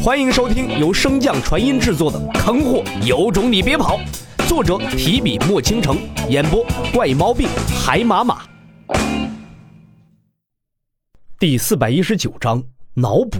欢迎收听由升降传音制作的《坑货有种你别跑》，作者提笔墨倾城，演播怪毛病海马马。第419章脑补。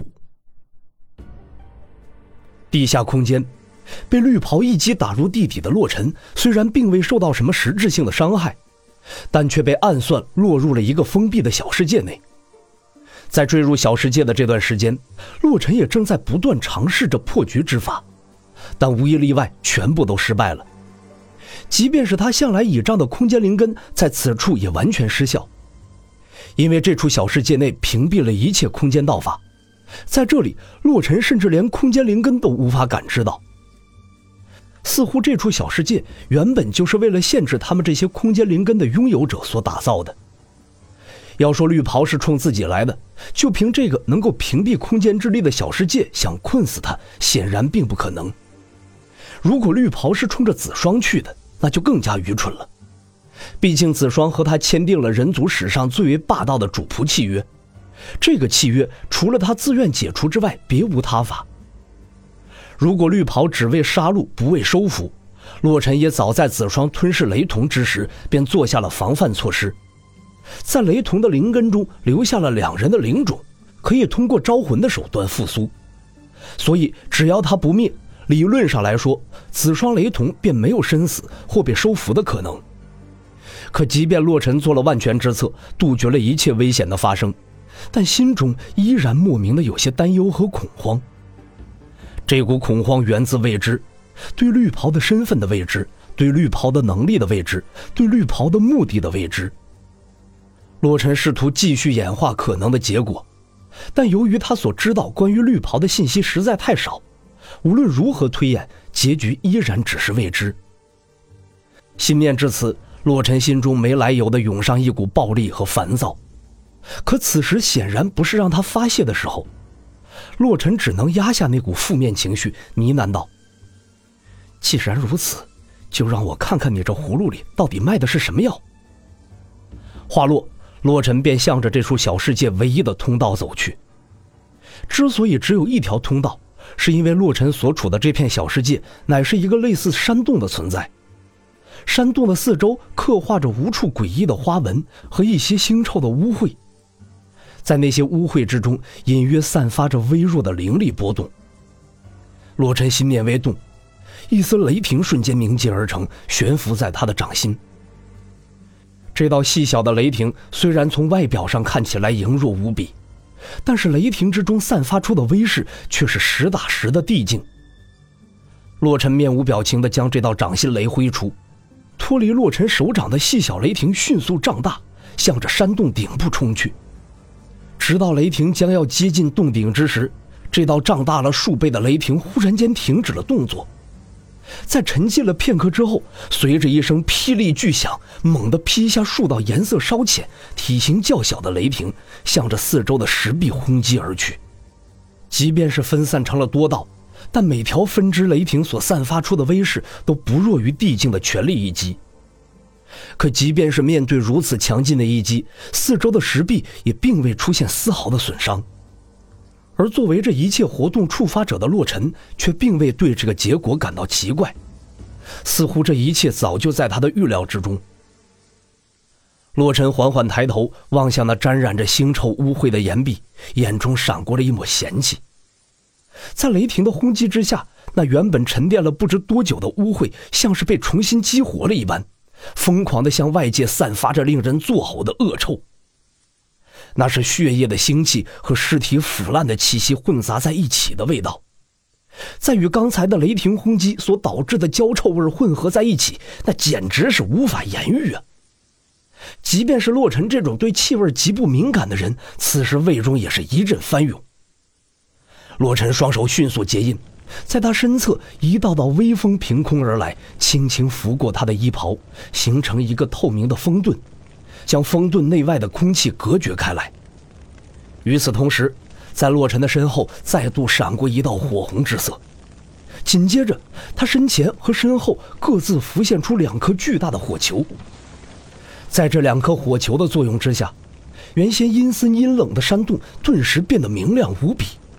地下空间，被绿袍一击打入地底的洛尘，虽然并未受到什么实质性的伤害，但却被暗算落入了一个封闭的小世界内。在坠入小世界的这段时间，洛尘也正在不断尝试着破局之法，但无一例外全部都失败了。即便是他向来倚仗的空间灵根，在此处也完全失效，因为这处小世界内屏蔽了一切空间道法，在这里洛尘甚至连空间灵根都无法感知到。似乎这处小世界原本就是为了限制他们这些空间灵根的拥有者所打造的。要说绿袍是冲自己来的，就凭这个能够屏蔽空间之力的小世界想困死他，显然并不可能。如果绿袍是冲着子双去的，那就更加愚蠢了。毕竟子双和他签订了人族史上最为霸道的主仆契约，这个契约除了他自愿解除之外别无他法。如果绿袍只为杀戮不为收服，洛尘也早在子双吞噬雷同之时便做下了防范措施，在雷同的灵根中留下了2人的灵种，可以通过招魂的手段复苏。所以只要他不灭，理论上来说子双雷同便没有身死或被收服的可能。可即便洛尘做了万全之策，杜绝了一切危险的发生，但心中依然莫名的有些担忧和恐慌。这股恐慌源自未知，对绿袍的身份的未知，对绿袍的能力的未知，对绿袍的目的的未知。洛尘试图继续演化可能的结果，但由于他所知道关于绿袍的信息实在太少，无论如何推演，结局依然只是未知。心念至此，洛尘心中没来由地涌上一股暴戾和烦躁，可此时显然不是让他发泄的时候。洛尘只能压下那股负面情绪，呢喃道：既然如此，就让我看看你这葫芦里到底卖的是什么药。话落，洛尘便向着这处小世界唯一的通道走去。之所以只有一条通道，是因为洛尘所处的这片小世界乃是一个类似山洞的存在。山洞的四周刻画着无数诡异的花纹和一些腥臭的污秽，在那些污秽之中隐约散发着微弱的灵力波动。洛尘心念微动，一丝雷霆瞬间凝结而成，悬浮在他的掌心。这道细小的雷霆虽然从外表上看起来羸弱无比，但是雷霆之中散发出的威势却是实打实的地境。洛尘面无表情地将这道掌心雷挥出，脱离洛尘手掌的细小雷霆迅速胀大，向着山洞顶部冲去。直到雷霆将要接近洞顶之时，这道胀大了数倍的雷霆忽然间停止了动作。在沉寂了片刻之后，随着一声霹雳巨响，猛地劈下数道颜色稍浅、体型较小的雷霆，向着四周的石壁轰击而去。即便是分散成了多道，但每条分支雷霆所散发出的威势都不弱于地境的全力一击。可即便是面对如此强劲的一击，四周的石壁也并未出现丝毫的损伤。而作为这一切活动触发者的洛尘，却并未对这个结果感到奇怪，似乎这一切早就在他的预料之中。洛尘缓缓抬头望向那沾染着腥臭污秽的岩壁，眼中闪过了一抹嫌弃。在雷霆的轰击之下，那原本沉淀了不知多久的污秽像是被重新激活了一般，疯狂地向外界散发着令人作呕的恶臭。那是血液的腥气和尸体腐烂的气息混杂在一起的味道，在与刚才的雷霆轰击所导致的焦臭味混合在一起，那简直是无法言喻啊！即便是洛尘这种对气味极不敏感的人，此时胃中也是一阵翻涌。洛尘双手迅速结印，在他身侧一道道微风凭空而来，轻轻拂过他的衣袍，形成一个透明的风盾，将风盾内外的空气隔绝开来。与此同时，在洛尘的身后再度闪过一道火红之色，紧接着他身前和身后各自浮现出2颗巨大的火球。在这2颗火球的作用之下，原先阴森阴冷的山洞顿时变得明亮无比，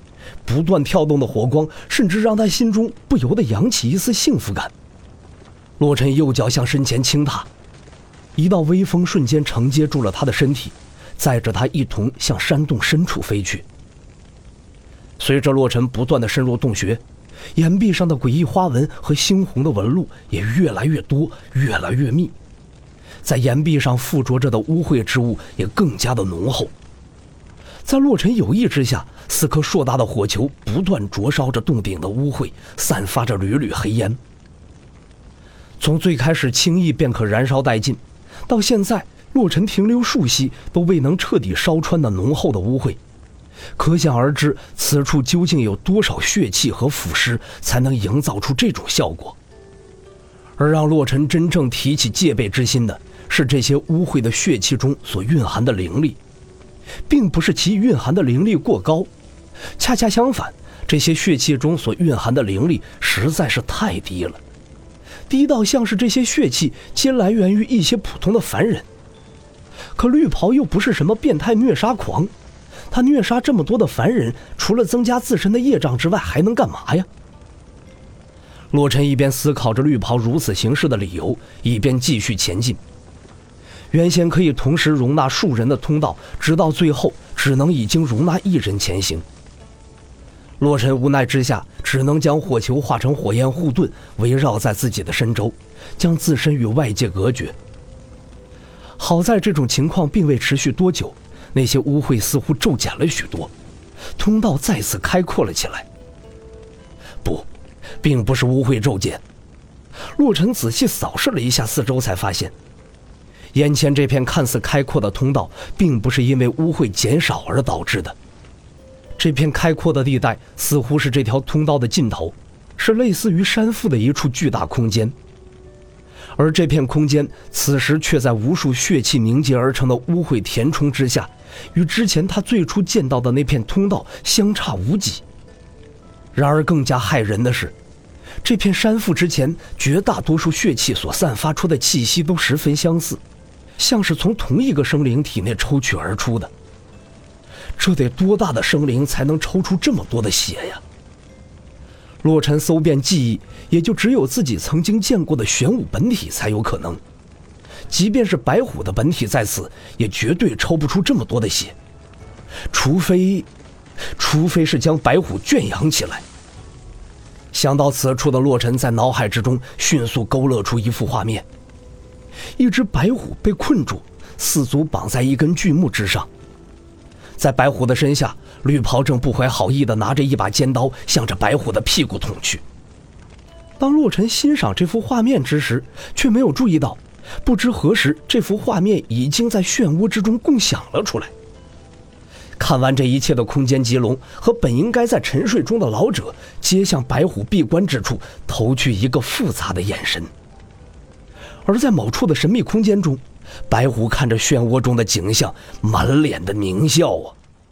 不断跳动的火光甚至让他心中不由得扬起一丝幸福感。洛尘右脚向身前轻踏，一道微风瞬间承接住了他的身体，载着他一同向山洞深处飞去。随着洛尘不断的深入洞穴，岩壁上的诡异花纹和猩红的纹路也越来越多，越来越密，在岩壁上附着着的污秽之物也更加的浓厚。在洛尘有意之下，4颗硕大的火球不断灼烧着洞顶的污秽，散发着缕缕黑烟。从最开始轻易便可燃烧殆尽，到现在洛尘停留数息都未能彻底烧穿那浓厚的污秽，可想而知此处究竟有多少血气和腐尸才能营造出这种效果。而让洛尘真正提起戒备之心的是这些污秽的血气中所蕴含的灵力，并不是其蕴含的灵力过高，恰恰相反，这些血气中所蕴含的灵力实在是太低了，低到像是这些血气皆来源于一些普通的凡人。可绿袍又不是什么变态虐杀狂，他虐杀这么多的凡人，除了增加自身的业障之外还能干嘛呀？洛尘一边思考着绿袍如此行事的理由，一边继续前进。原先可以同时容纳数人的通道，直到最后只能已经容纳1人前行。洛尘无奈之下，只能将火球化成火焰护盾，围绕在自己的身周，将自身与外界隔绝。好在这种情况并未持续多久，那些污秽似乎骤减了许多，通道再次开阔了起来。不，并不是污秽骤减。洛尘仔细扫视了一下四周，才发现眼前这片看似开阔的通道并不是因为污秽减少而导致的，这片开阔的地带似乎是这条通道的尽头，是类似于山腹的一处巨大空间。而这片空间此时却在无数血气凝结而成的污秽填充之下，与之前他最初见到的那片通道相差无几。然而更加骇人的是，这片山腹之前绝大多数血气所散发出的气息都十分相似，像是从同一个生灵体内抽取而出的。这得多大的生灵才能抽出这么多的血呀？洛尘搜遍记忆，也就只有自己曾经见过的玄武本体才有可能，即便是白虎的本体在此，也绝对抽不出这么多的血，除非是将白虎圈养起来。想到此处的洛尘在脑海之中迅速勾勒出一幅画面，一只白虎被困住，四足绑在一根巨木之上，在白虎的身下，绿袍正不怀好意地拿着一把尖刀向着白虎的屁股捅去。当洛尘欣赏这幅画面之时，却没有注意到，不知何时这幅画面已经在漩涡之中共享了出来。看完这一切的空间棘龙和本应该在沉睡中的老者，皆向白虎闭关之处投去一个复杂的眼神。而在某处的神秘空间中，白虎看着漩涡中的景象，满脸的狞笑啊。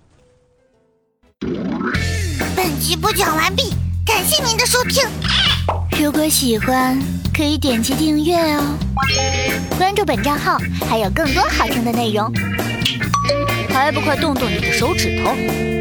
本集播讲完毕，感谢您的收听。 如果喜欢，可以点击订阅哦，关注本账号还有更多好听的内容，还不快动动你的手指头。